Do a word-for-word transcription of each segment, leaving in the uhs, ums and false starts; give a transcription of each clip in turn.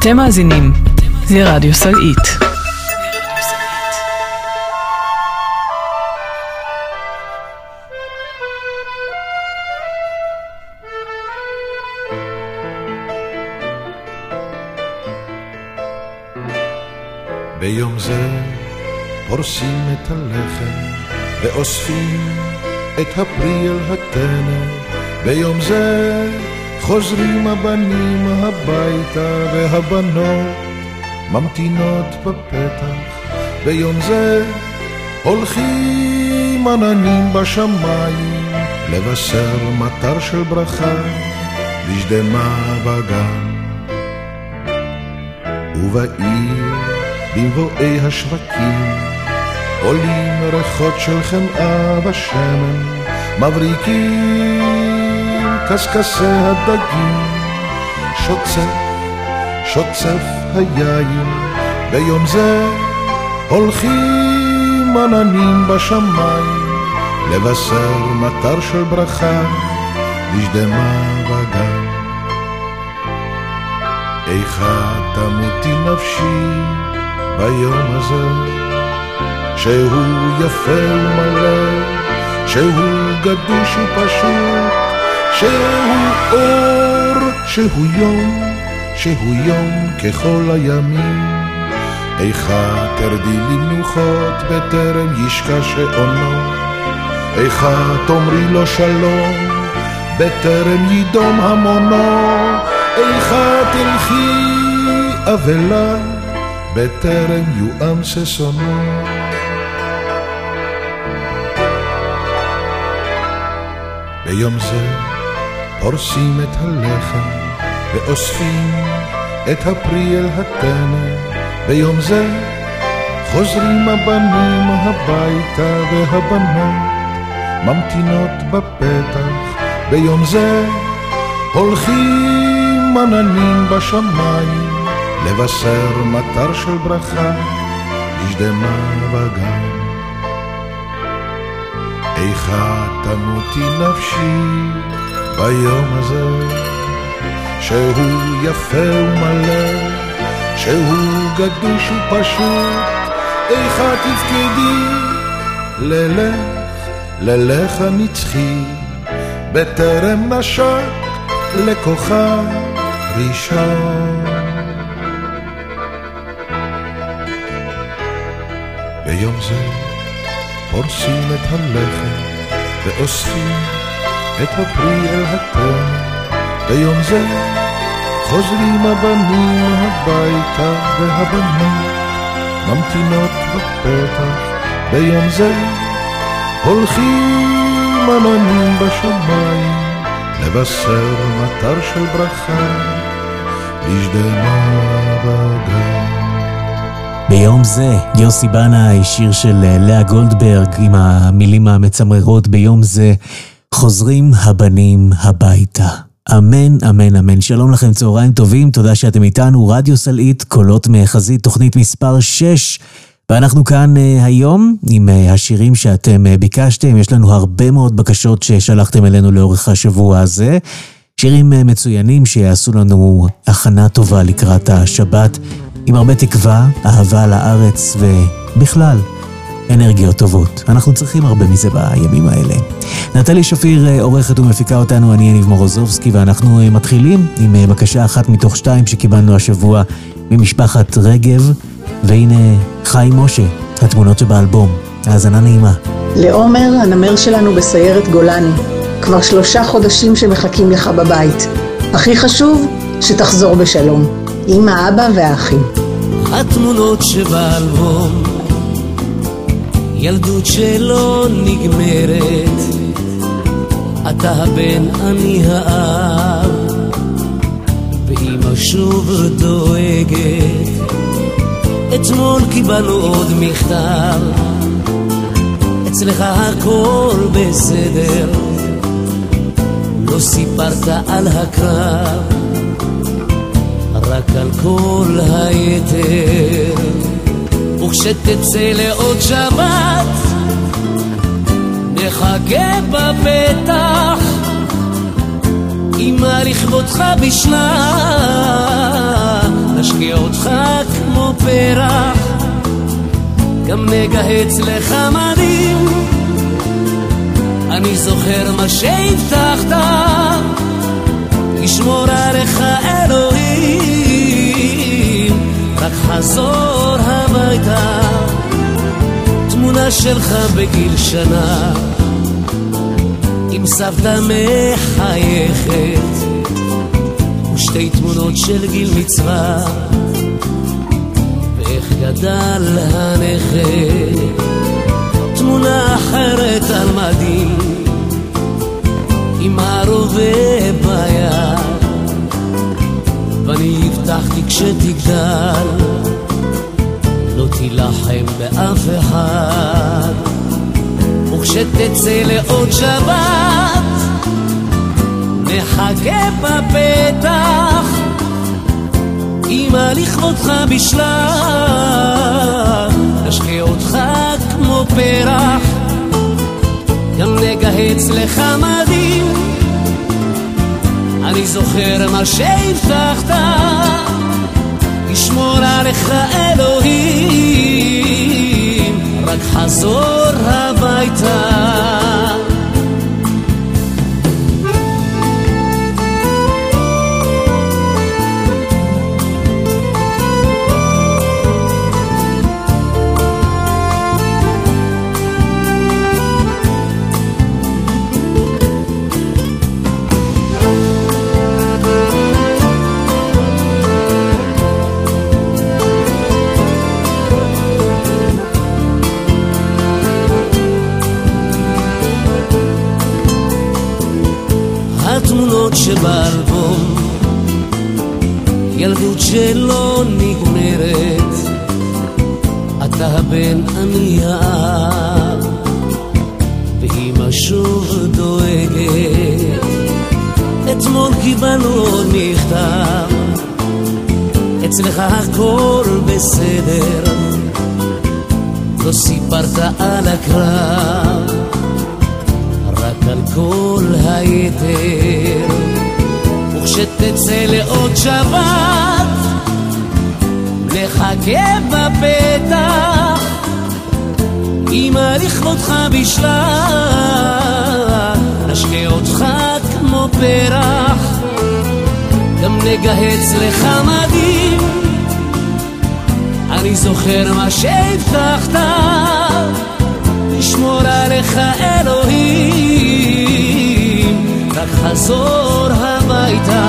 אתם מאזינים לרדיו סלעית. ביום זה פורסים את הלחם ואוספים את הפרי אל התנא. ביום זה חוזרים הבנים הביתה והבנות ממתינות בפתח. ביום זה הולכים עננים בשמיים לבשר מטר של ברכה לשדמה בגן. ובעיר במבואי השווקים עולים ריחות של חמאה בשמן, מבריקים קסקסי הדגים, שוצף, שוצף היין. ביום זה הולכים עננים בשמיים לבשר מטר של ברכה לשדמה בגן. איכה תמותי נפשי ביום הזה, שהוא יפה ומלא, שהוא גדוש ופשוט, שהוא אור, שהוא יום, שהוא יום ככל הימים. איכה תרדי למנוחות בטרם ישקע שעונו, איכה תאמרי לו שלום בטרם ידום המונו, איכה תלכי אבלה בטרם יואם ששונו. ביום זה פורסים את הלחם ואוספים את הפרי אל התנא. ביום זה חוזרים הבנים הביתה והבנות ממתינות בפתח. ביום זה הולכים עננים בשמיים לבשר מטר של ברכה לשדמה בגן. איכה תמותי נפשי ביום הזה, שהוא יפה ומלא, שהוא גדוש ופשוט. איכה תפקדי ללך, ללך הנצחי בטרם נשק לכוכב ראשון. ביום זה פורסים את הלחם ואוספים את הפרי אל התנא. ביום זה חוזרים הבנים הביתה והבנות ממתינות בפתח. ביום זה הולכים עננים בשמיים לבשר מטר של ברכה לשדמה בגן. ביום זה, יוסי בנאי, שיר של לאה גולדברג עם המילים המצמררות, ביום זה חוזרים הבנים הביתה. אמן, אמן, אמן. שלום לכם, צהריים טובים, תודה שאתם איתנו. רדיו סלעית, קולות מחזית, תוכנית מספר שש. ואנחנו כאן uh, היום עם uh, השירים שאתם uh, ביקשתם. יש לנו הרבה מאוד בקשות ששלחתם אלינו לאורך השבוע הזה. שירים uh, מצוינים שיעשו לנו הכנה טובה לקראת השבת. עם הרבה תקווה, אהבה לארץ ובכלל אנרגיות טובות. אנחנו צריכים הרבה מזה בימים האלה. נטלי שפיר עורכת ומפיקה אותנו, אני יניב מורוזובסקי, ואנחנו מתחילים עם בקשה אחת מתוך שתיים שקיבלנו השבוע ממשפחת רגב. והנה חיים משה, התמונות שבאלבום. האזנה נעימה. לעומר, הנמר שלנו בסיירת גולני. כבר שלושה חודשים שמחכים לך בבית. הכי חשוב, שתחזור בשלום. עם האבא והאחים. התמונות שבאלבום, ילדות שלא נגמרת, אתה הבן אני האב, ואמא שוב דואגת. אתמול קיבלנו עוד מכתב, אצלך הכל בסדר, לא סיפרת על הקרב, רק על כל היתר. וכשתצא לעוד שבת נחכה בפתח, אמא לכבודך בשנה, נשקיע אותך כמו פרח, גם נגהץ לך מדים. אני זוכר מה שהבטחת, לשמור עליך אלוהים, רק חזור הביתה. תמונה שלך בגיל שנה עם סבתא מחייכת, ושתי תמונות של גיל מצווה, ואיך גדל הנכד. תמונה אחרת על מדים עם הרובה ביד, ואני הבטחתי כשתגדל לא תילחם באף אחד, וכשתצא לעוד שבת נחכה בפתח, אמא לכבודך בשלב, נשקה אותך כמו פרח, גם נגהץ לך מדים. אני זוכר מה שהבטחת, לשמור עליך אלוהים, רק חזור הביתה. התמונות שבאלבום, ילדות שלא נגמרת, אתה הבן אני האב, ואמא שוב דואגת. אתמול קיבלנו עוד מכתב, אצלך הכל בסדר, לא סיפרת על הקרב, רק על כל היתר. וכשתצא לעוד שבת נחכה בפתח, אמא לכבודך בשלב, נשקה אותך כמו פרח, גם נגהץ לך מדים. אני זוכר מה שהבטחת, לשמור עליך אלוהים, רק חזור הביתה.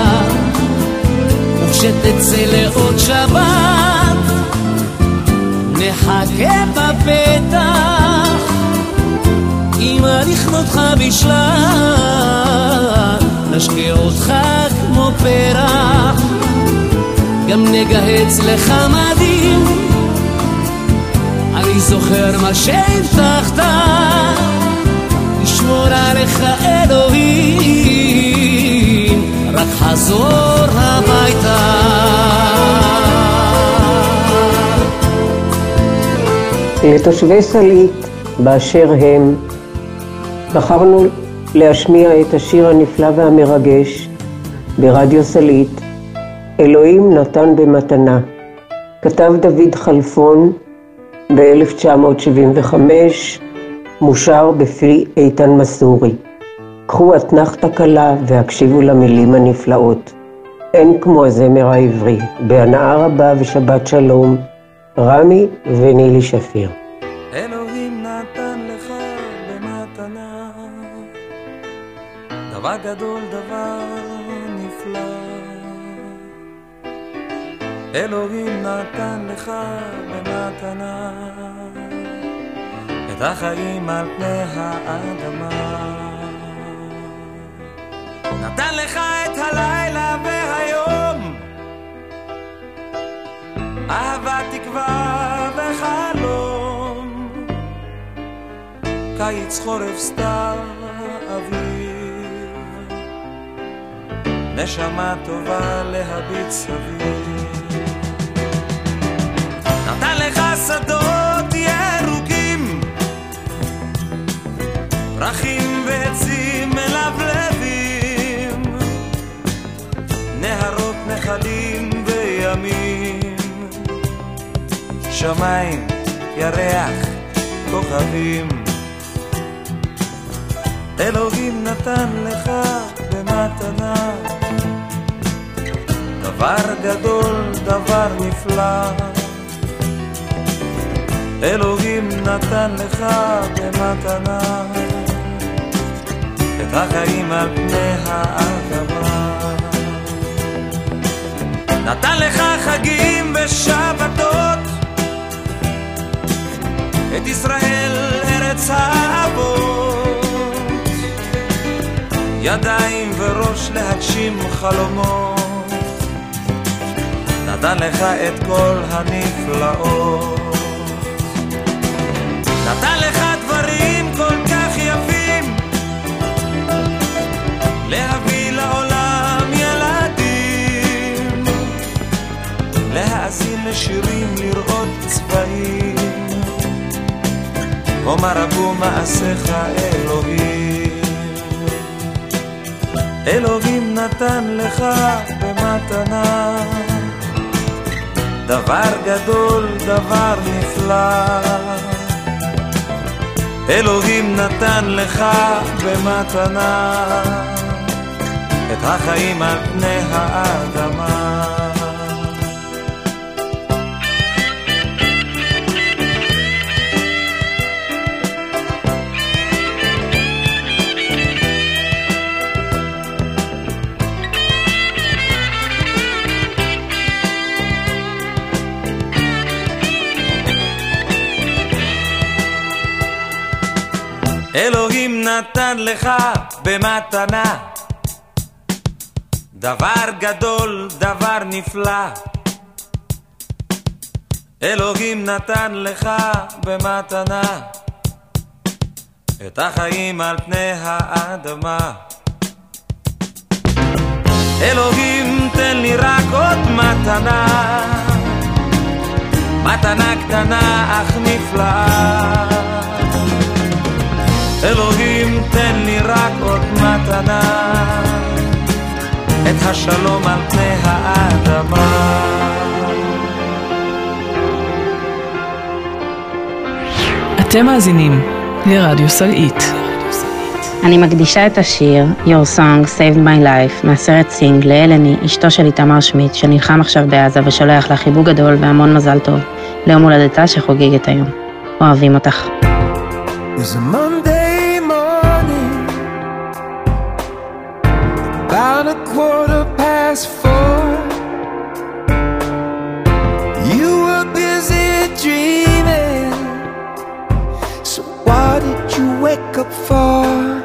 וכשתצא לעוד שבת נחכה בפתח, אמא לכבודך בשלב, נשקה אותך כמו פרח, גם נגהץ לך מדים. אני זוכר מה שהבטחת, לשמור עליך אלוהים, רק חזור הביתה. לתושבי סלית באשר הם, בחרנו להשמיע את השיר הנפלא והמרגש ברדיו סלית, אלוהים נתן במתנה. כתב דוד חלפון ב-אלף תשע מאות שבעים וחמש, מושר בפי איתן מסורי. קחו אתנחתה קלה והקשיבו למילים הנפלאות. אין כמו הזמר העברי. בהנאה רבה ושבת שלום, רמי ונילי שפיר. אלוהים נתן לך במתנה דבר גדול, דבר נפלא. אלוהים נתן לך במתנה את החיים על פני האדמה. נתן לך את הלילה והיום, אהבה, תקווה וחלום, קיץ, חורף, סתיו, אביב, נשמה טובה להביט סביב. נתן לך שדות ירוקים, פרחים ועצים מלבלבים, נהרות, נחלים וימים, ימים, שמיים, ירח, כוכבים. אלוהים נתן לך במתנה דבר גדול, דבר נפלא. אלוהים נתן לך במתנה את החיים על פני האדמה. נתן לך חגים ושבתות, את ישראל ארץ האבות, ידיים וראש להגשים חלומות. נתן לך את כל הנפלאות, נתן לך דברים כל כך יפים, להביא לעולם ילדים, להאזין לשירים, לראות צבעים. ומה רבו מעשיך אלוהים. אלוהים נתן לך במתנה דבר גדול, דבר נפלא. אלוהים נתן לך במתנה את החיים על פני האדמה. אלוהים נתן לך במתנה דבר גדול, דבר נפלא. אלוהים נתן לך במתנה את החיים על פני האדמה. אלוהים תן לי רק עוד מתנה, מתנה קטנה אך נפלאה. אלוהים תן לי רק עוד מתנה, את השלום על פני האדמה. אתם מאזינים לרדיו סלעית. אני מקדישה את השיר Your Song Saved My Life מהסרט סינג לאלני, אשתו של איתמר שמיט, שנלחם עכשיו בעזה ושולח לה חיבוק גדול והמון מזל טוב ליום הולדתה שחוגגת היום. אוהבים אותך. It's a Monday morning, about a quarter past four. You were busy dreaming, so what did you wake up for?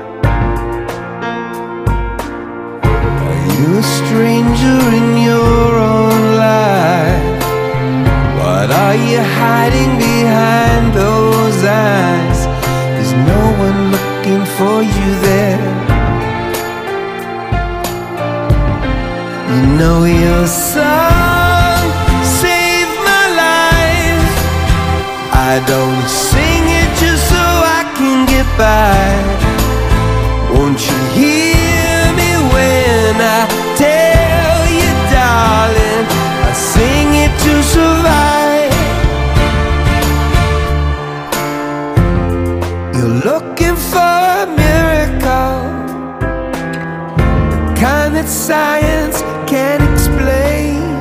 Are you a stranger in your own life? What are you hiding behind those eyes? There's no one looking for you there. You know your song saved my life. I don't sing it just so I can get by. Won't you hear me when I tell you, darling, I sing it to survive. You're looking for a miracle, the kind that science can't explain.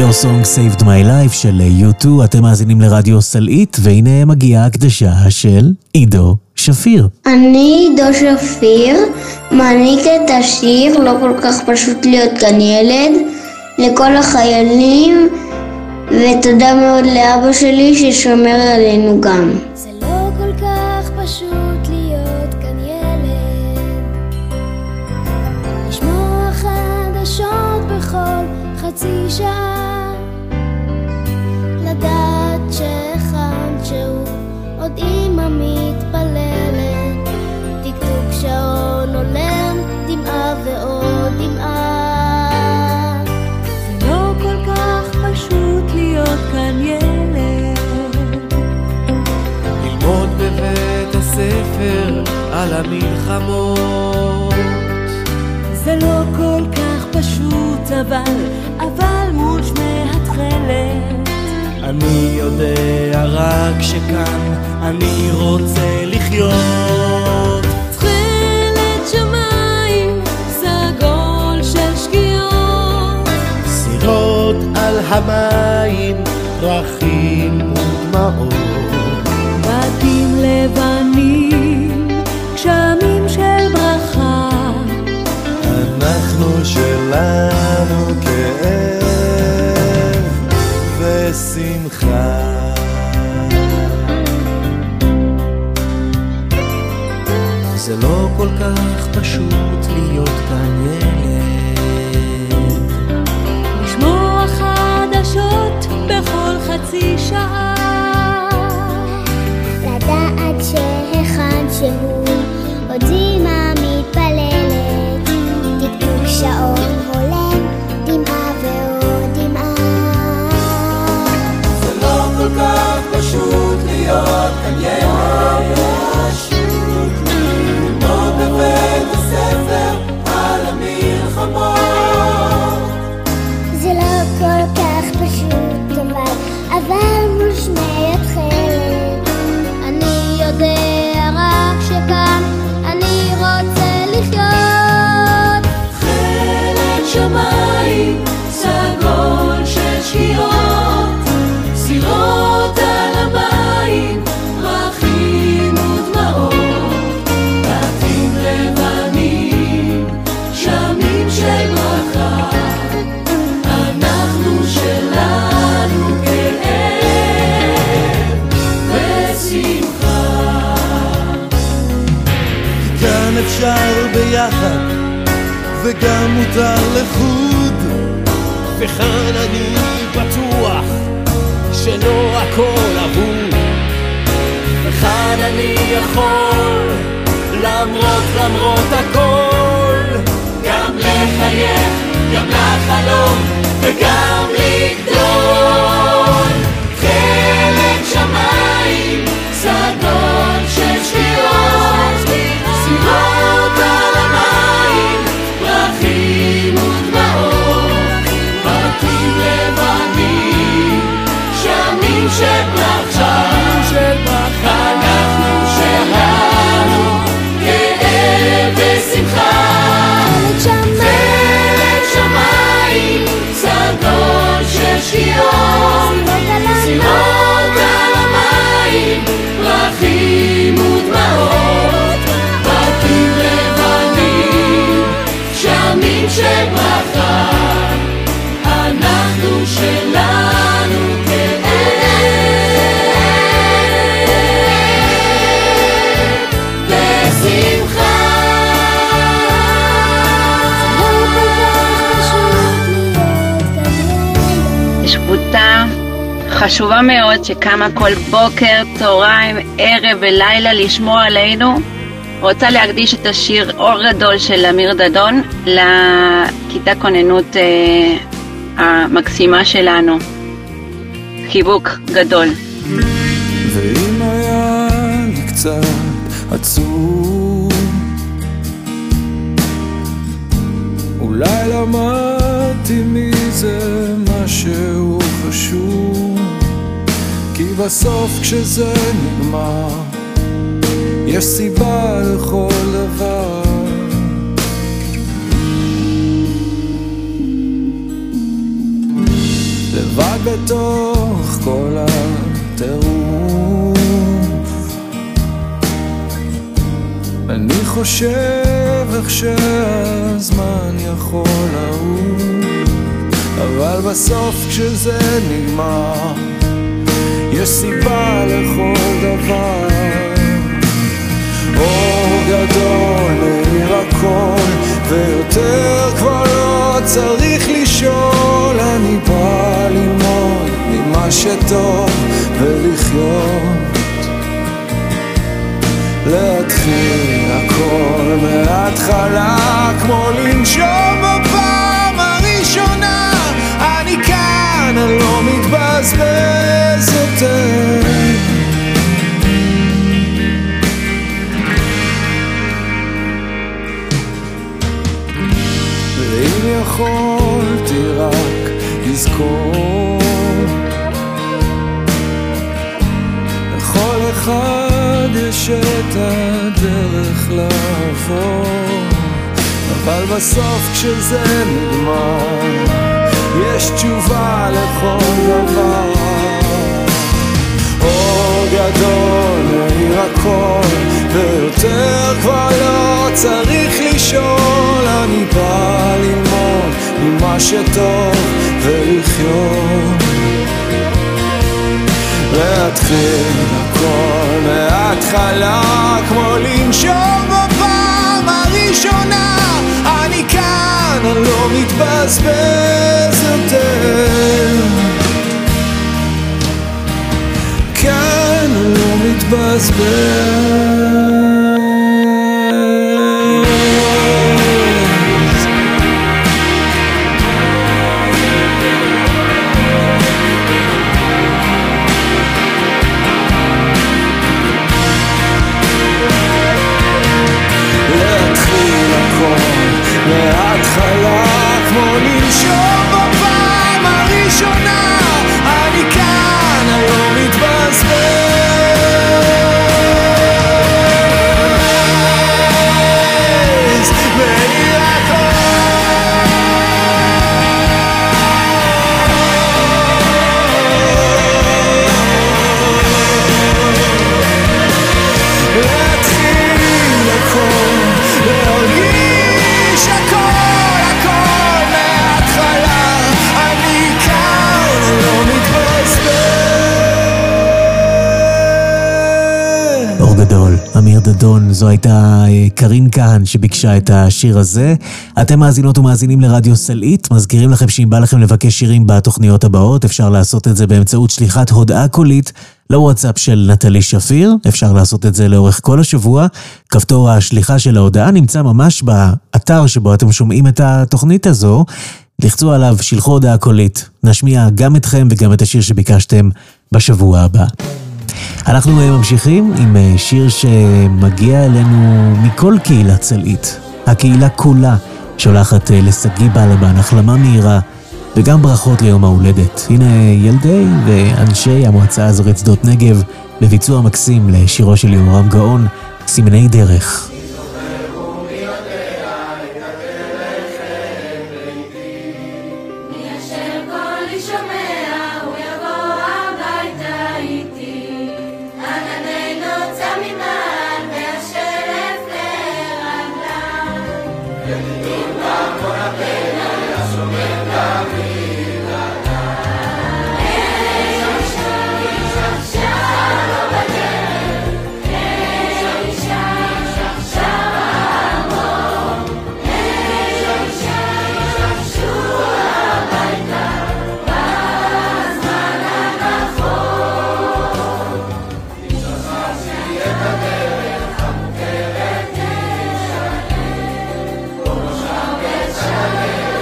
Your Song Saved My Life של יו טו, אתם מאזינים לרדיו סלעית, והנה מגיעה הקדשה של עידו שפיר. אני עידו שפיר, מעניק את השיר לא כל כך פשוט להיות כאן ילד לכל החיילים, ותודה מאוד לאבא שלי ששומר עלינו גם. זה לא כל כך פשוט להיות כאן ילד, לשמוע חדשות בכל חצי שעה, לדעת שאחד שהוא עוד אמא מתפללת, טיקטוק שעון עולם, דמעה ועוד דמעה. זה לא כל כך פשוט להיות כאן ילד, ללמוד בבית הספר על המלחמות. זה לא כל כך פשוט, אבל, אבל מול שמי התחלת. אני יודע רק שכאן אני רוצה לחיות. תחלת שמיים, סגול של שקיעות, סירות על המים, פרחים ודמעות. בתים לבנים, גשמים של ברכה. אנחנו שלנו כאב ושמחה. זה לא כל כך פשוט להיות כאן ילד, לשמוע חדשות בכל חצי שעה, לדעת שהיכן שהוא עוד אמא מתפללת, טיקטוק שעון הולם, דמעה ועוד דמעה. זה לא כל כך פשוט להיות כאן ילד, ללמוד בבית הספר על המלחמות. זה לא כל כך פשוט, אבל אבל מול שמי התחלת. אני יודע רק שכאן אני רוצה לחיות. תחלת שמיים, סגול של שקיעות, סירות על המים, פרחים ודמעות. בתים לבנים, גשמים של ברכה. אנחנו שלנו כאב ושמחה. כאן אפשר ביחד וגם מותר לחוד, וכאן אני בטוח שלא הכל אבוד. וכאן אני יכול למרות למרות הכל גם לחייך, גם לחלום וגם לגדול. תחלת שמיים, סגול של שקיעות, סירות על המים, פרחים ודמעות. בתים לבנים, גשמים של ברכה. אנחנו שלנו כאב ושמחה. תחלת שמיים, סגול של שקיעות, סירות על המים, פרחים ודמעות. בתים לבנים, גשמים של ברכה. אנחנו שלנו כאב ושמחה. יש קבוצה חשובה מאוד שקמה כל בוקר, צהריים, ערב ולילה לשמוע עלינו. רוצה להקדיש את השיר אור גדול של אמיר דדון לכיתה כוננות אה, המקסימה שלנו. חיבוק גדול. ואם היה לי קצת עצוב, אולי למדתי מזה משהו חשוב, כי בסוף כשזה נגמר יש סיבה לכל דבר. שבתוך כל הטירוף אני חושב איך שהזמן יכול לעוף, אבל בסוף כשזה נגמר יש סיבה לכל דבר. אור גדול מאיר הכל ויותר כבר לא צריך לשאול, אני בא ללמוד ממה שטוב ולחיות, להתחיל הכל מההתחלה כמו לנשום בפעם הראשונה. אני כאן, אני לא מתבזבז יותר. ואם יכולתי רק לזכור לכל אחד יש את הדרך לעבור, אבל בסוף כשזה נגמר יש תשובה לכל דבר. אור גדול מאיר הכל ויותר כבר לא צריך לשאול, אני בא ללמוד ממה שטוב ולחיות, להתחיל הכל מההתחלה כמו לנשום בפעם הראשונה. אני כאן, אני לא מתבזבז יותר, כאן אני לא מתבזבז. מההתחלה כמו לנשום בפעם הראשונה. אני כאן, אני לא מתבזבז. מאיר הכל להתחיל הכל להרגיש הכל הכל מההתחלה. אני כאן, לא מתבזבז. אור גדול, אמיר דדון, זו הייתה קרין כהן שביקשה את השיר הזה. אתם מאזינות ומאזינים לרדיו סלעית, מזכירים לכם שאם בא לכם לבקש שירים בתוכניות הבאות, אפשר לעשות את זה באמצעות שליחת הודעה קולית לוואטסאפ של נטלי שפיר. אפשר לעשות את זה לאורך כל השבוע. כפתור השליחה של ההודעה נמצא ממש באתר שבו אתם שומעים את התוכנית הזו. לחצו עליו, שלחו הודעה קולית. נשמיע גם אתכם וגם את השיר שביקשתם בשבוע הבא. אנחנו ממשיכים עם שיר שמגיע אלינו מכל קהילת סלעית. הקהילה כולה שולחת לסגי בלבן החלמה מהירה וגם ברכות ליום ההולדת. הנה ילדי ואנשי המועצה האזורית שדות נגב בביצוע מקסים לשירו של יהורם גאון, סימני דרך. Yeah.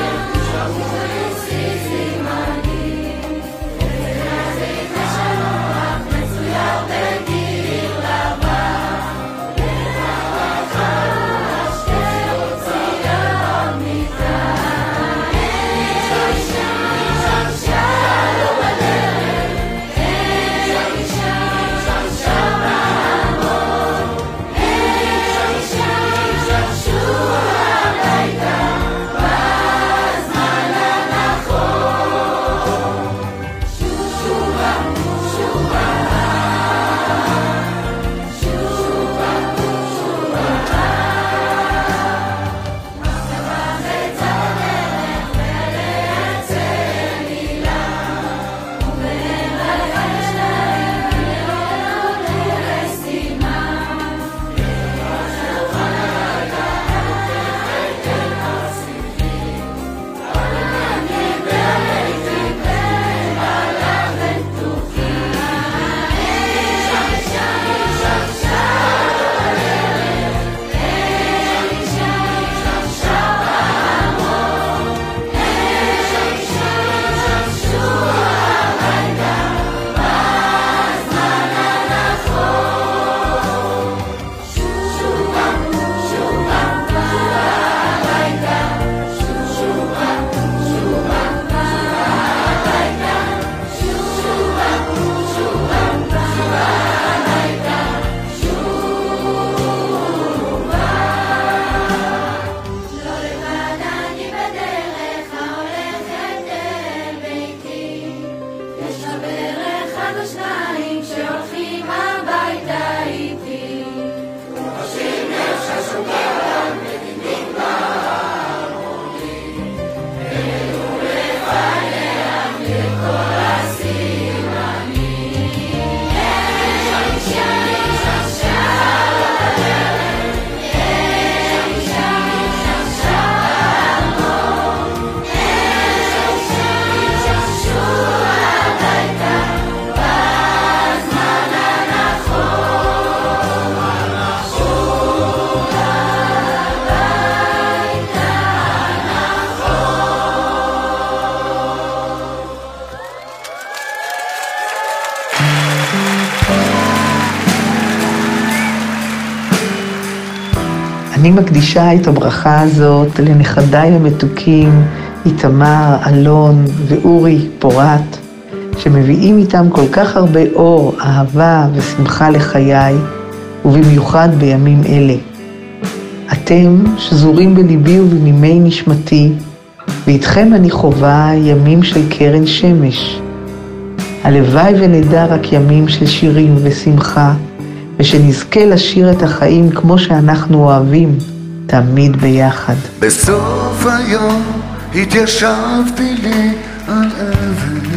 אני מקדישה את הברכה הזאת לנכדיי המתוקים, איתמר, אלון ואורי פורת, שמביאים איתם כל כך הרבה אור, אהבה ושמחה לחיי, ובמיוחד בימים אלה. אתם שזורים בליבי ובנימי נשמתי, ואיתכם אני חובה ימים של קרן שמש. הלוואי ונדע רק ימים של שירים ושמחה, ושנזכה לשיר את החיים כמו שאנחנו אוהבים, תמיד ביחד. בסוף היום התיישבתי לי על אבן,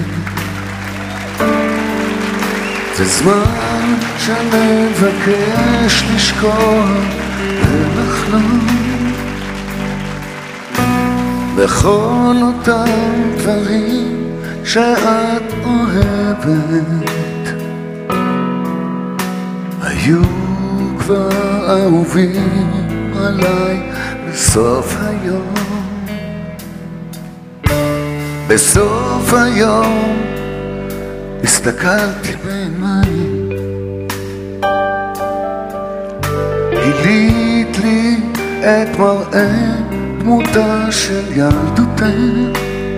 זה זמן שנבקש לשכוח ולחלום בכל אותם דברים שאת אוהבת, היו כבר אהובים עליי בסוף היום. בסוף היום הסתכלתי בעיניים, גילית לי את מראה דמותה של ילדותך,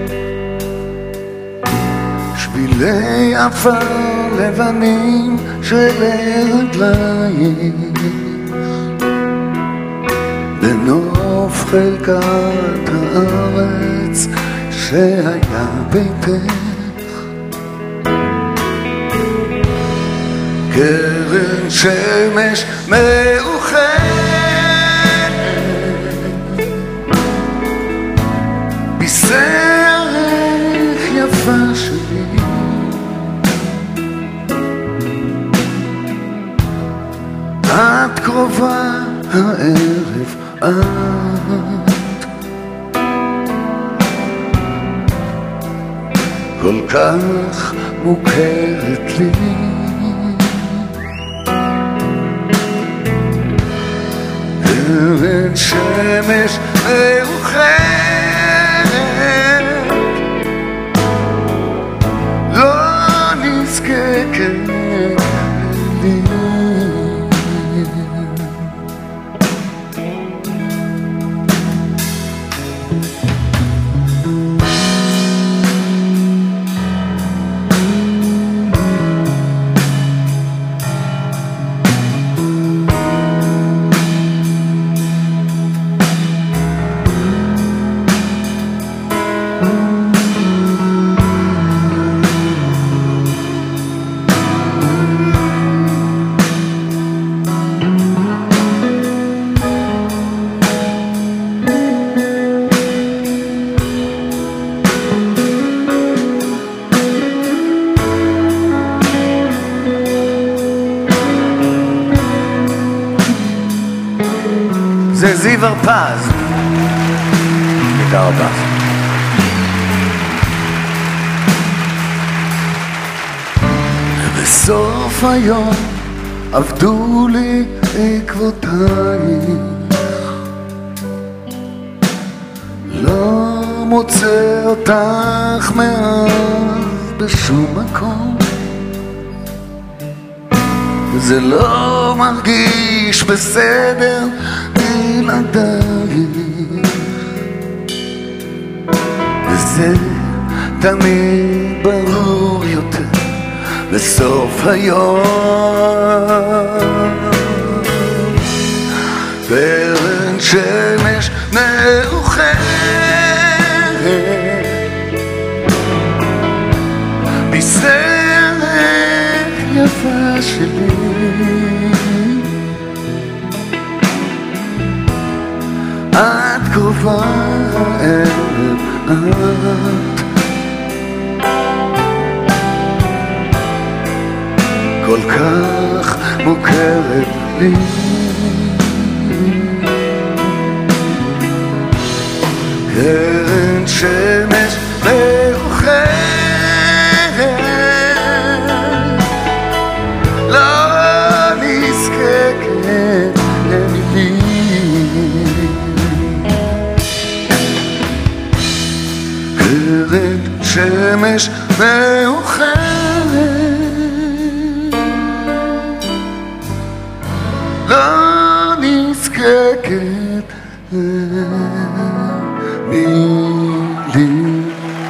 שבילי עפר לבנים של רגלייך, בנוף חלקת הארץ שהיה ביתך, קרן שמש מאוחרת בשערך יפה שלי, את קרובה הערב, את כל כך מוכרת לי, קרן שמש מאוחרת לא נזקקת לי. זה זיו הרפז. תודה רבה. ובסוף היום עבדו לי עקבותייך, לא מוצא אותך מאז בשום מקום, זה לא מרגיש בסדר בלעדייך, וזה תמיד ברור יותר בסוף היום. קרן שמש מאוחרת בשערך יפה שלי, את קרובה הערב, את כל כך מוכרת לי. קרן שמש מאוחרת לא נזקקת לי. קרן שמש מאוחרת לא נזקקת שקט מילים.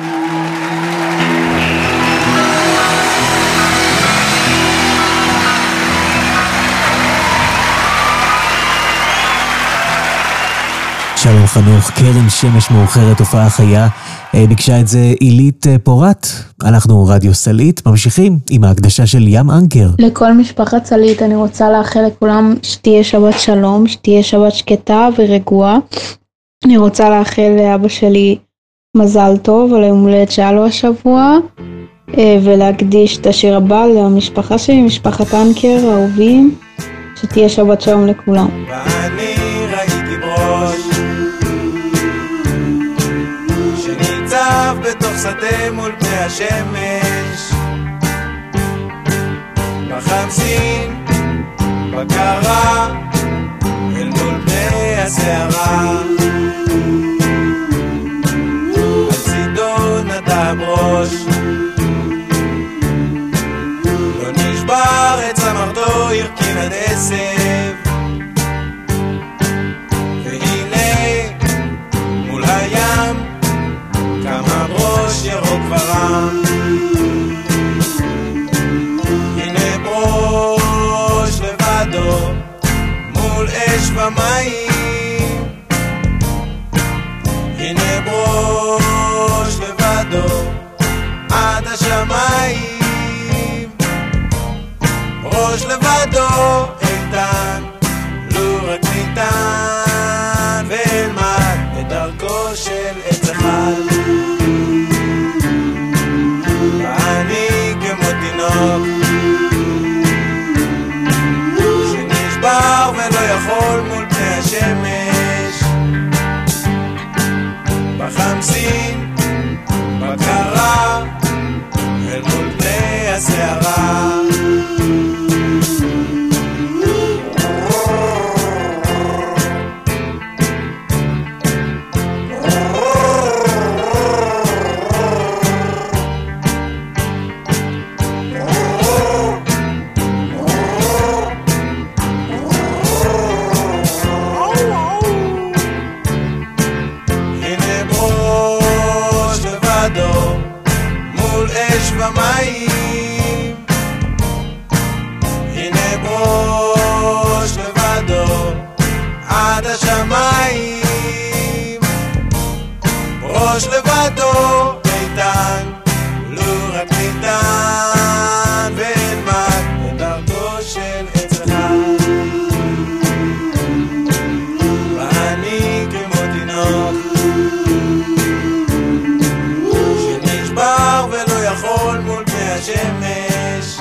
שלום חנוך, קרן שמש מאוחרת, הופעה חיה, ביקשה את זה אילית פורט. אנחנו רדיו סלעית, ממשיכים עם ההקדשה של ים אנקר. לכל משפחת סלעית אני רוצה לאחל לכולם שתהיה שבת שלום, שתהיה שבת שקטה ורגועה. אני רוצה לאחל לאבא שלי מזל טוב על היום הולדת שהיה לו השבוע, ולהקדיש את השיר הבא למשפחה שלי, משפחת אנקר האהובים, שתהיה שבת שלום לכולם. ואני ראיתי ברוש שניצב בתוך שדה מול פני השמש, בחמסין בקרה אל מול פני הסערה, על צידו נטע ברוש, לא נשבר את צמרתו, ירקין עד עשב, והנה מול הים כמה ברוש ירוק ורם, הנה ברוש לבדו מול אש ומים, הנה ברוש לבדו עד השמיים, ברוש לבדו איתן, לו רק ניתן, ואלמד את דרכו של עץ אחד. ואני כמו תינוק שנשבר ולא יכול מול פני השמש, בחמסין בקרה אל מול פני הסערה, ומים, הנה ברוש לבדו עד השמיים, ברוש לבדו איתן, לו רק ניתן, ואלמד את דרכו של עץ אחד. ואני כמו תינוק שנשבר ולא יכול מול פני השמש,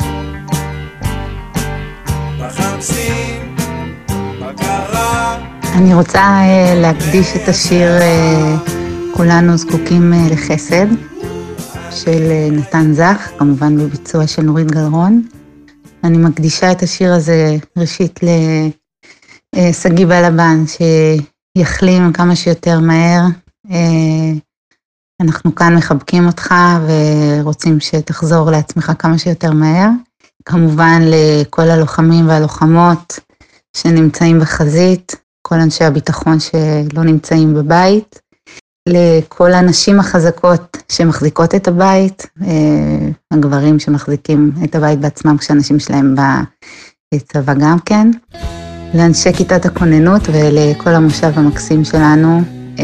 בחמסין בקרה. אני רוצה uh, להקדיש את השיר uh, כולנו זקוקים uh, לחסד של uh, נתן זך, כמובן בביצוע של נורית גלרון. אני מקדישה את השיר הזה ראשית לסגי בלבן, שיחלים כמה שיותר מהר. uh, אנחנו כאן מחבקים אותך ורוצים שתחזור לעצמך כמה שיותר מהר. כמובן לכל הלוחמים והלוחמות שנמצאים בחזית, כל אנשי הביטחון שלא נמצאים בבית, לכל הנשים החזקות שמחזיקות את הבית, הגברים שמחזיקים את הבית בעצמם כשאנשים שלהם בצבא גם כן, לאנשי כיתת הכוננות ולכל המושב המקסים שלנו.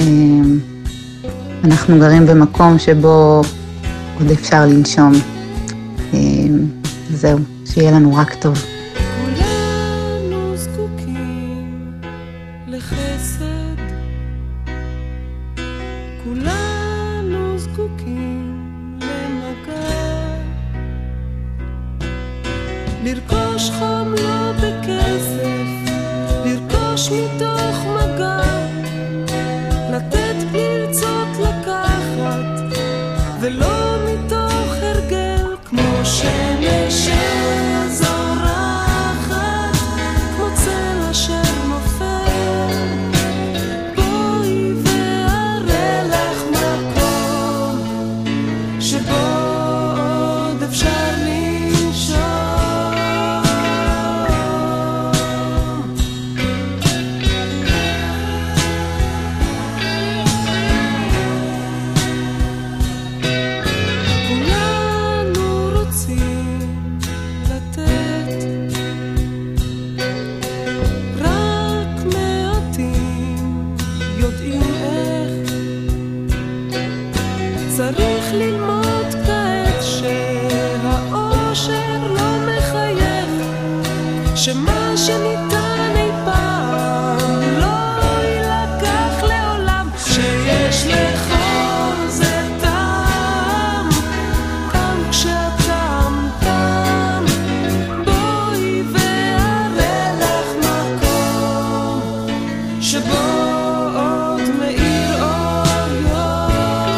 אנחנו גרים במקום שבו עוד אפשר לנשום. זהו, שיהיה לנו רק טוב. כולנו זקוקים לחסד, כולנו זקוקים למגע, לרכוש חום לא בכסף, לרכוש מתוך מגע, לתת בלי לרצות לקחת, ולא מתוך הרגל, כמו שמש שזורחת, כמו צל אשר נופל. בואי ואראה לך מקום שבו עוד אפשר לנשום. שבו עוד מאיר אור יום.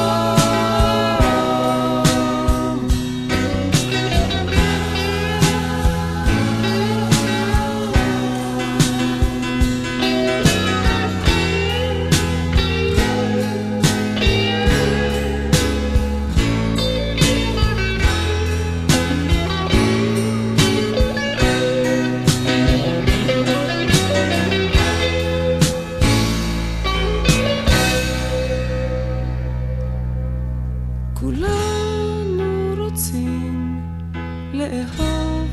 כולנו רוצים לאהוב,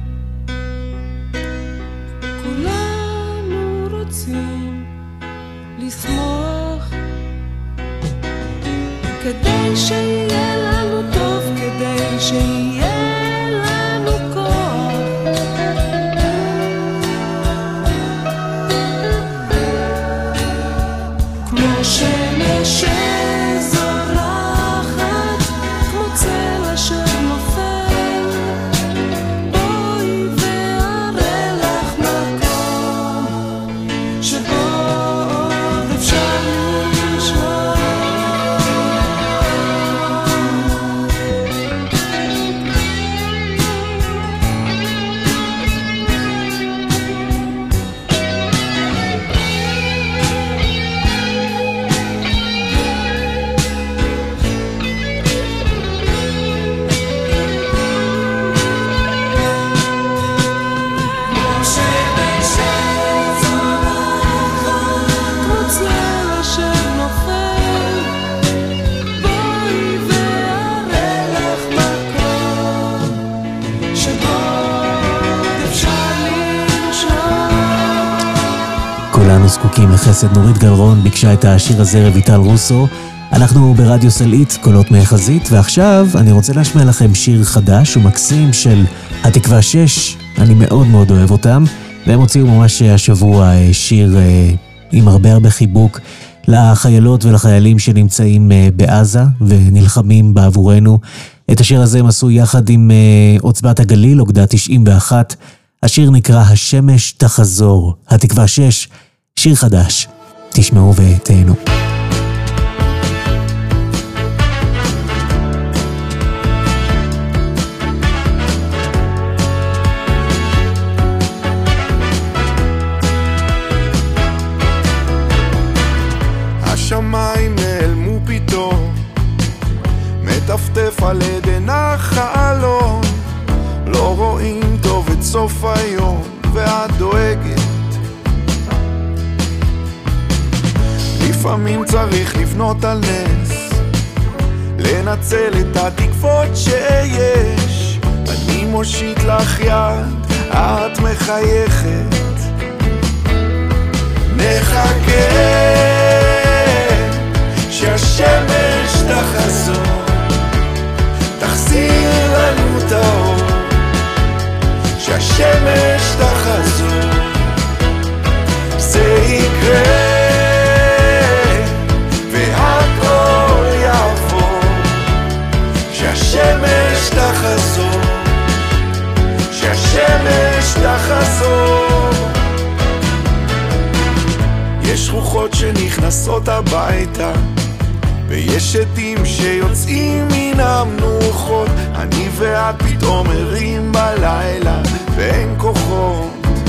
כולנו רוצים לשמוח, כדי שיהיה לנו טוב, כדי שיהיה לנו כוח. כמו שמש כולנו זקוקים לחסד. נורית גלרון ביקשה את השיר הזה, רויטל רוסו. אנחנו ברדיו סלעית, קולות מהחזית, ועכשיו אני רוצה להשמיע לכם שיר חדש ומקסים של התקווה שש. אני מאוד מאוד אוהב אותם, והם הוציאו ממש השבוע שיר עם הרבה הרבה חיבוק לחיילות ולחיילים שנמצאים בעזה ונלחמים בעבורנו. את השיר הזה הם עשו יחד עם עוצבת הגליל, אוגדה תשעים ואחת. השיר נקרא השמש תחזור, התקווה שש, שיר חדש. תשמעו ותהנו. השמיים נעלמו פתאום, מטפטף על עדן החלון, לא רואים טוב את סוף היום ואת דואגת. לפעמים צריך לבנות על נס, לנצל את התקוות שיש. אני מושיט לך יד, את מחייכת. נחכה שהשמש תחזור, תחזיר לנו את האור. שהשמש תחזור, זה יקרה והכל יעבור. שהשמש תחזור, שהשמש תחזור. יש רוחות שנכנסות הביתה, ויש עדים שיוצאים מן המנוחות. אני ואת פתאום ערים בלילה ואין כוחות.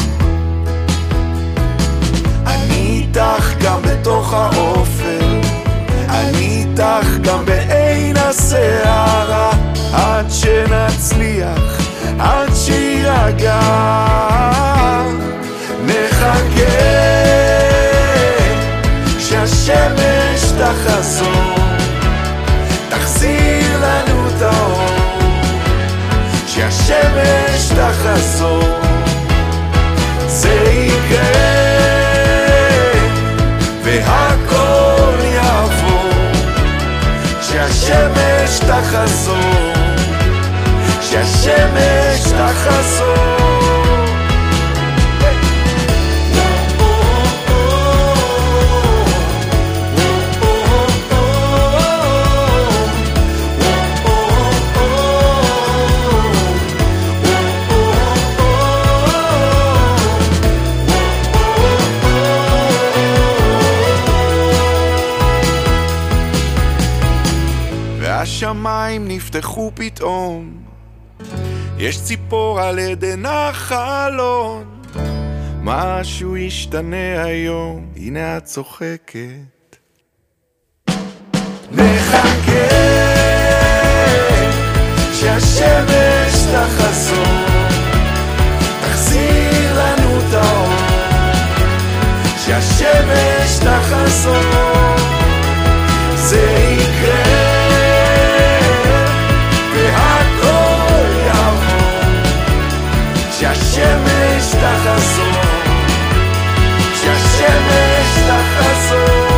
אני איתך גם בתוך האופל, אני איתך גם בעין הסערה, עד שנצליח, עד שירגע. נחכה שהשמש תחזור, תחזיר לנו את האור. שהשמש תחזור, זה יקרה והכל יעבור. שהשמש תחזור, שהשמש תחזור. השמיים נפתחו פתאום, יש ציפור על עדן החלון, משהו ישתנה היום, הנה את צוחקת. נחכה שהשמש תחזור, תחזיר לנו את האור, שהשמש תחזור, זה יקרה והכל יעבור, שהשמש תחזור, שהשמש תחזור.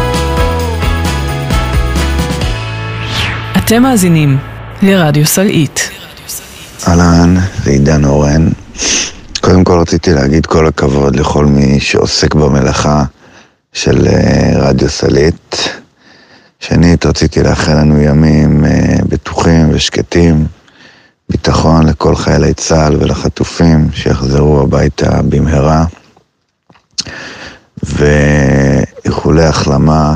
אתם מאזינים לרדיו סלעית. אהלן, זה עידן אורן. קודם כל רציתי להגיד כל הכבוד לכל מי שעוסק במלאכה של רדיו סלעית. שנית, רציתי לאחל לנו ימים בטוחים ושקטים, ביטחון לכל חיילי צה"ל ולחטופים שיחזרו הביתה במהרה, ואיחולי החלמה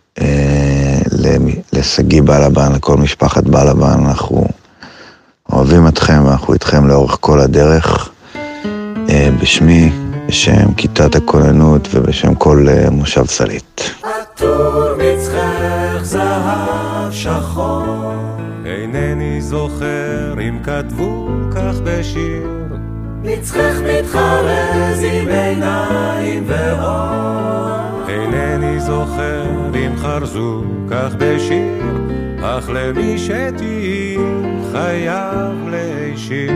לסגי בלבן, לכל משפחת בלבן. אנחנו אוהבים אתכם ואנחנו איתכם לאורך כל הדרך, בשמי, בשם כיתת הכוננות ובשם כל מושב סלעית. עטור מצחך זהב שחור, אינני זוכר אם כתבו כך בשיר, מצחך מתחרז עם עיניים ואור, אינני זוכר אם חרזו כך בשיר, אך למי שתהי חייב להישיר.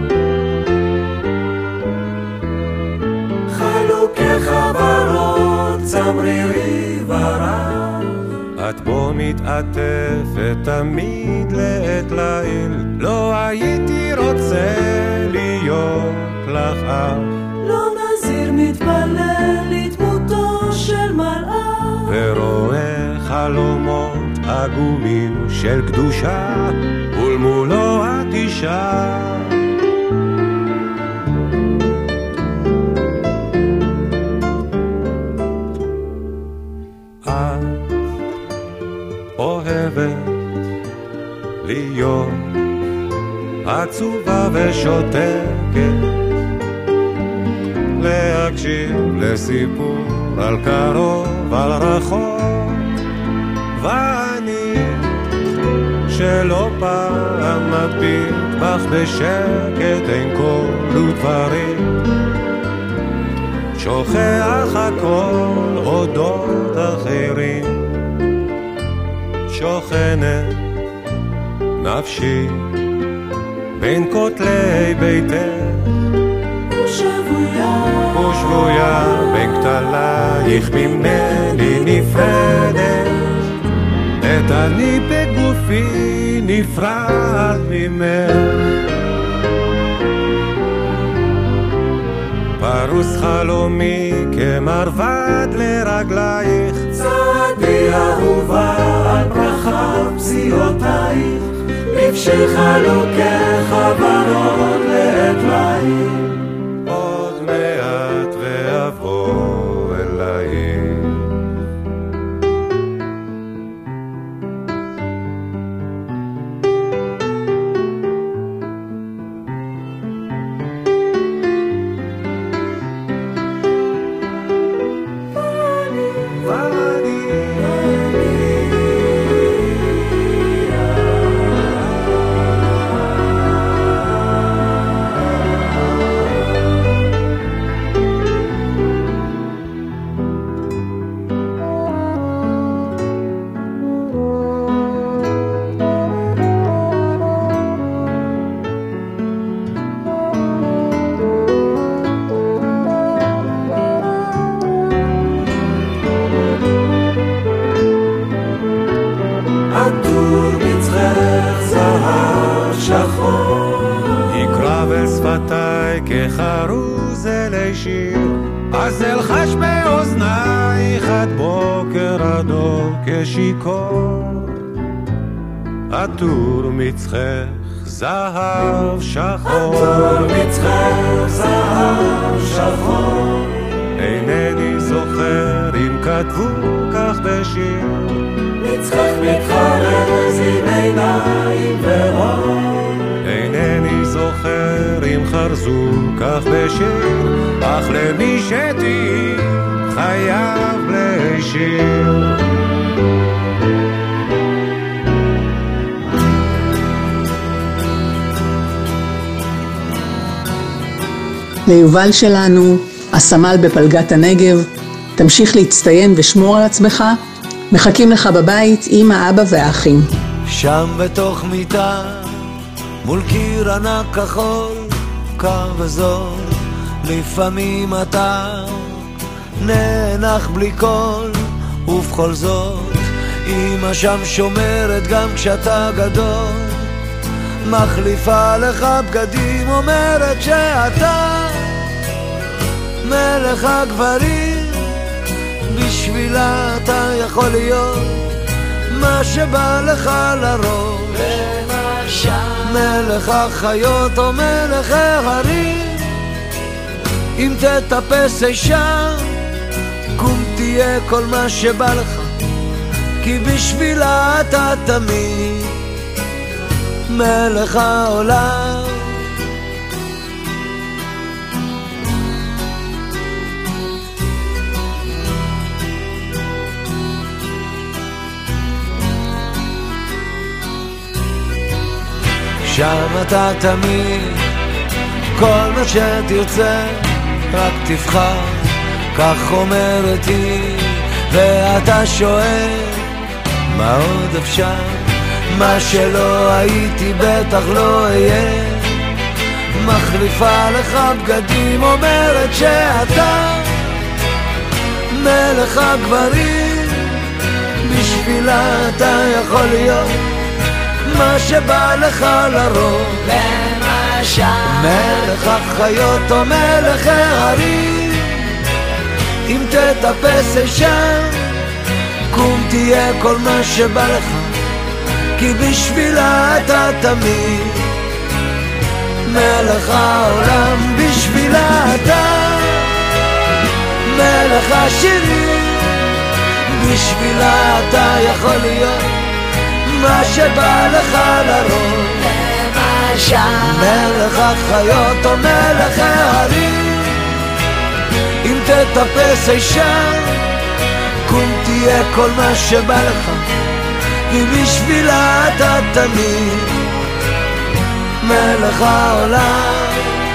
חלוקי חברות צמרירי ורח, את בו מתעטפת תמיד לעת ליל, לא הייתי רוצה להיות לך אח, לא נזיר מתפלל לדמותו של מלאך, ורואה חלומות עגומים של קדושה, ולמולו את אישה. את אוהבת להיות עצובה ושותקת, להקשיב לסיפור על קרוב על רחוק, ואני שלא פעם מביט בך בשקט אין כל ודברים, שוכח הכל אודות אחרים, שוכנת נפשי בין כותלי ביתך, ושבויה ושבויה בין כתלייך ממני נפרדת, את אני בגופי נפרד ממך, פרוס חלומי כמרבד לרגלייך, צעדי אהובה על ברכה פסיעותייך, לבשי חלוקי חברות לעת ליל, עוד מעט ואבוא אלייך. כחרוז אלי שיר, אז אלחש באוזנייך עד בוקר הדור כשיקור, עטור מצחך זהב שחור, עטור מצחך זהב שחור, אינני זוכר אם כתבו כך כך בשיר, נצחק מתחרז עם עיניים ורוד. אינני זוכר אם חרזו כך בשיר, אך למי שתהי חייב להישיר. ליובל שלנו, הסמל בפלגת הנגב, תמשיך להצטיין ושמור על עצמך, מחכים לך בבית אמא, אבא והאחים. שם בתוך מיטה, מול קיר ענק כחול, קר וזול, לפעמים אתה נאנח בלי קול, ובכל זאת אמא שם שומרת גם כשאתה גדול, מחליפה לך בגדים, אומרת שאתה מלך הגברים, בשבילה אתה יכול להיות מה שבא לך לראש, למשל מלך החיות או מלך ההרים. אם תטפס אישה, קום תהיה כל מה שבא לך, כי בשבילה אתה תמיד מלך העולם. שם אתה תמיד, כל מה שתרצה, רק תבחר, כך אומרת היא, ואתה שואל, מה עוד אפשר? מה שלא הייתי בטח לא אהיה, מחליפה לך בגדים, אומרת שאתה מלך הגברים, בשבילה אתה יכול להיות מה שבא לך לרוב, למשל מלך החיות או מלך ההרים. אם תטפס אישה, קום תהיה כל מה שבא לך, כי בשבילה אתה תמיד מלך העולם. בשבילה אתה מלך השירים, בשבילה אתה יכול להיות מה שבא לך לרוב, למשל מלך החיות או מלך ההרים. אם תטפס אישה, קום תהיה כל מה שבא לך, כי בשבילה אתה תמיד מלך העולם,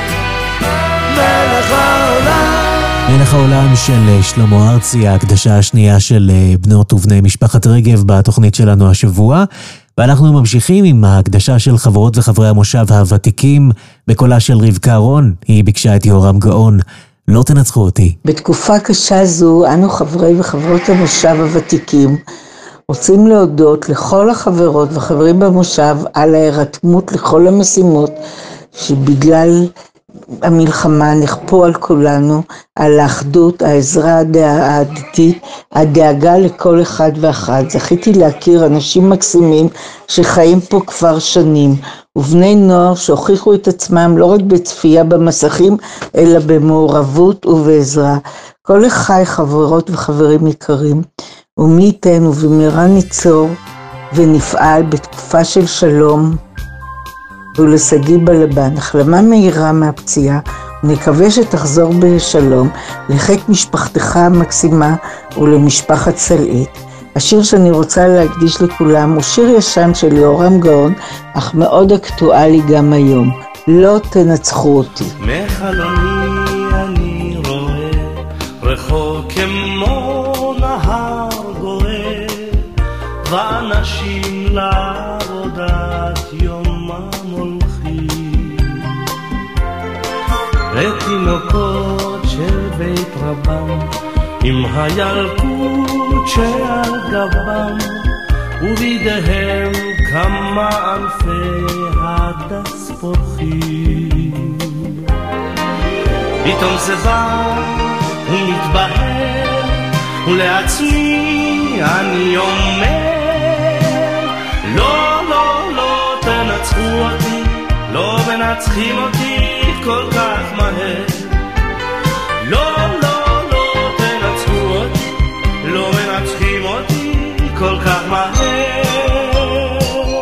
מלך העולם. מלך העולם של שלמה ארצי, ההקדשה השנייה של בנות ובני משפחת רגב בתוכנית שלנו השבוע, ואנחנו ממשיכים עם ההקדשה של חברות וחברי המושב הוותיקים בקולה של רבקה רון. היא ביקשה את יהורם גאון, לא תנצחו אותי. בתקופה קשה זו אנו חברי וחברות המושב הוותיקים רוצים להודות לכל החברות וחברים במושב על ההירתמות לכל המשימות שבגלל המלחמה נכפו על כולנו, על האחדות, העזרה ההדדית, הדאגה לכל אחד ואחת. זכיתי להכיר אנשים מקסימים שחיים פה כבר שנים, ובני נוער שהוכיחו את עצמם לא רק בצפייה במסכים, אלא במעורבות ובעזרה. כל אחי חברות וחברים יקרים, ומי ייתן ובמהרה ניצור ונפעל בתקופה של שלום ולשגיא בלבן, החלמה מהירה מהפציעה, ונקווה שתחזור בשלום לחיק משפחתך המקסימה ולמשפחת סלעית. השיר שאני רוצה להקדיש לכולם הוא שיר ישן של יהורם גאון, אך מאוד אקטואלי גם היום. לא תנצחו אותי. מחלוני אני רואה רחוק כמו נהר גואה, ואנשים לעבודת יומם הולכים, ותינוקות של בית רבם עם הילקוט שעל גבם, ובידיהם כמה אלפי הדס פורחים. פתאום זה בא ומתבהר, ולעצמי אני אומר, לא, לא, לא תנצחו אותי, לא מנצחים אותי כל כך מהר. לא, לא, לא תנצחו אותי, לא מנצחים אותי כל כך מהר.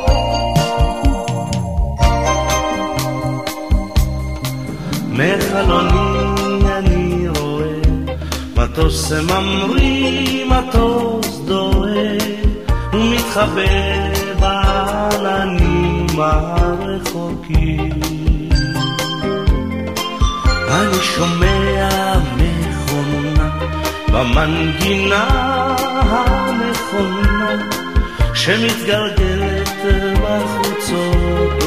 מחלוני אני רואה מטוס ממריא, מטוס דוהה ומתחבא בעננים הרחוקים. אני שומע מכונה במנגינה הנכונה שמתגלגלת בחוצות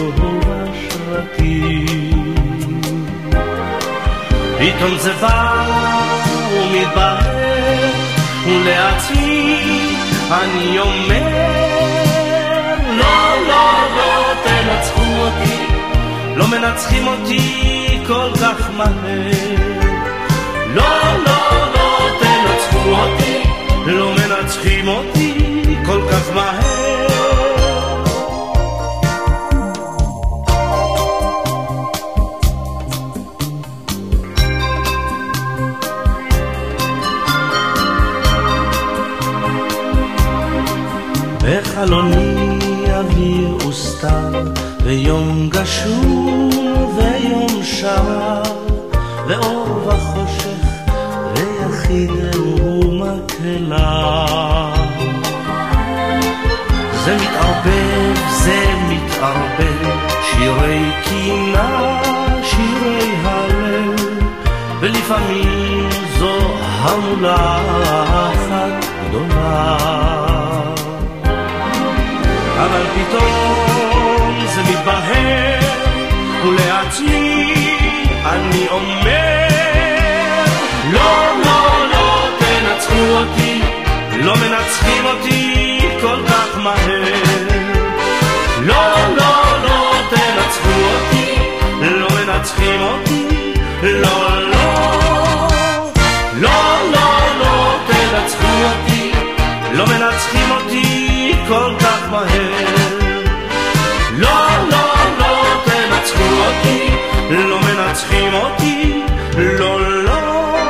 ובשרקים. פתאום זה בא ומתבהר ולעצמי אני אומר לא, לא, לא תנצחו אותי, לא מנצחים אותי כל כך מהר. לא, לא, לא תנצחו אותי, לא מנצחים אותי כל כך מהר. בחלוני אוויר וסתר ויום גשום ויום שר ואור וחושך ויחיד ומקהלה. זה מתערבב, זה מתערבב, שירי קינה, שירי הלב, ולפעמים זו המולה אחת גדולה. אבל פתאום זה מתבהר ולעצמי אני אומר לא, לא, לא תנצחו אותי, לא מנצחים אותי כל כך מהר. לא, לא, לא תנצחו אותי, לא מנצחים אותי. לא, לא, לא, לא, לא תנצחו אותי, לא מנצחים אותי כל כך מהר. לא, לא, לא תנצחו אותי, לא מנצחים אותי. לא, לא.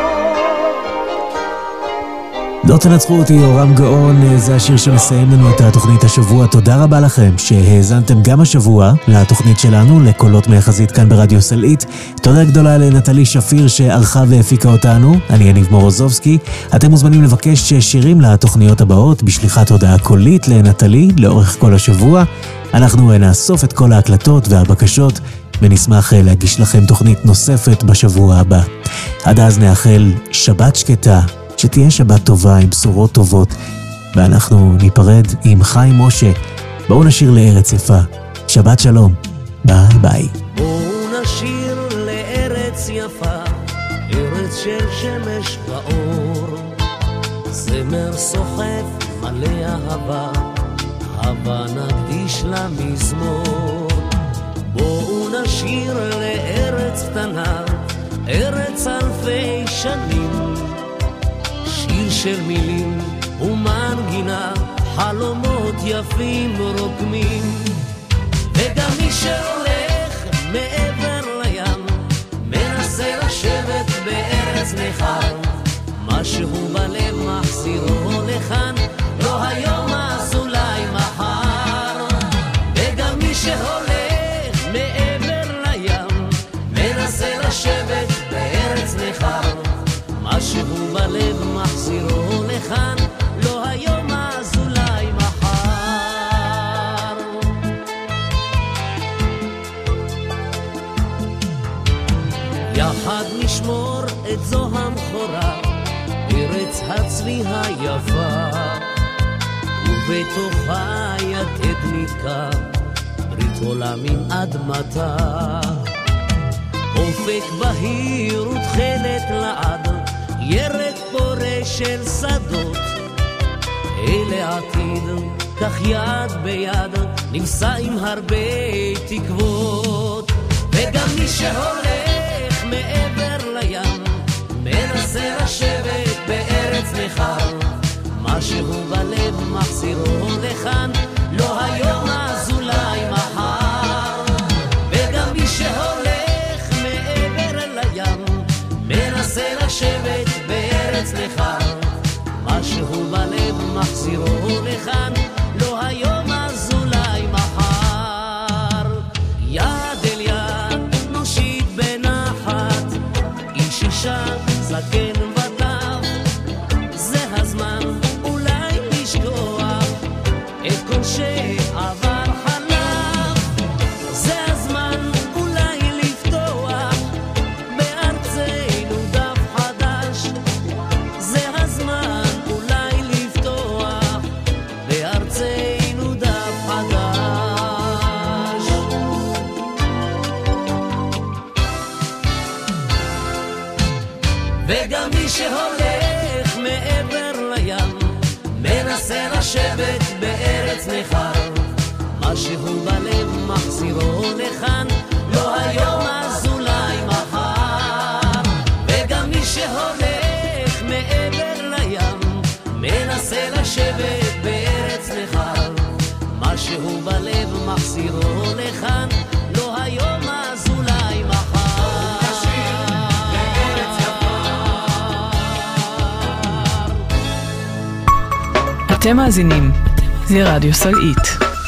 לא תנצחו אותי, אורם גאון, זה השיר שמסיים לנו את התוכנית השבוע. תודה רבה לכם שהאזנתם גם השבוע לתוכנית שלנו, לקולות מהחזית כאן ברדיו סלעית. תודה גדולה לנטלי שפיר שערכה והפיקה אותנו. אני יניב מורוזובסקי. אתם מוזמנים לבקש שירים לתוכניות הבאות בשליחת הודעה קולית לנטלי לאורך כל השבוע. אנחנו נאסוף את כל ההקלטות והבקשות ונשמח להגיש לכם תוכנית נוספת בשבוע הבא. עד אז נאחל שבת שקטה, שתהיה שבת טובה עם בשורות טובות, ואנחנו ניפרד עם חיים משה. בואו נשיר לארץ יפה. שבת שלום, ביי ביי. בואו נשיר לארץ יפה, ארץ של שמש ואור, זמר סוחף מלא אהבה, הבה נקדיש למזמור. בואו נשיר לארץ קטנה, ארץ אלפי שנים, שיר של מילים ומנגינה, חלומות יפים רוקמים. וגם מי שהולך מעבר לים מנסה לשבת בארץ נכר, משהו בלב מחזירו לכאן, לא היום אז אולי מחר. וגם מי שהולך מעבר לים מנסה לשבת בארץ נכר, משהו בלב מחזירו לכאן, לא היום אז אולי מחר. יחד נשמור את זו המחורה, ארץ הצבי היפה, ובתוכה יתד נתקע, ברית עולם עם אדמתה. אופק בהיר ותחילת לעד, ירק פורה של שדות, אלה עתיד, כך יד ביד, נמסע עם הרבה תקוות. וגם מי שהולך מעבר לים מנסה לשבת בארץ נכר, משהו בלב מחזירו לכאן, לא היום אז אולי מחר. וגם מי שהולך מעבר לים מנסה לשבת בארץ נכר, משהו משהו בלב מחזירו לכאן, לא היום אז אולי מחר. יד אל יד נושיט בנחת, איש אישה זקן וטף, זה הזמן אולי לשכוח את כל שעבר חלף, זה הזמן אולי לפתוח בארצנו דף חדש, זה הזמן אולי לפתוח בארצנו דף חדש. וגם מי שהולך מעבר לים מנסה לשבת בארץ נכר, משהו בלב מחזירו לכאן, לא היום אז אולי מחר. וגם מי שהולך מעבר לים מנסה לשבת בארץ נכר, משהו בלב מחזירו לכאן, לא היום אז אולי מחר. אתם מאזינים לרדיו סלעית.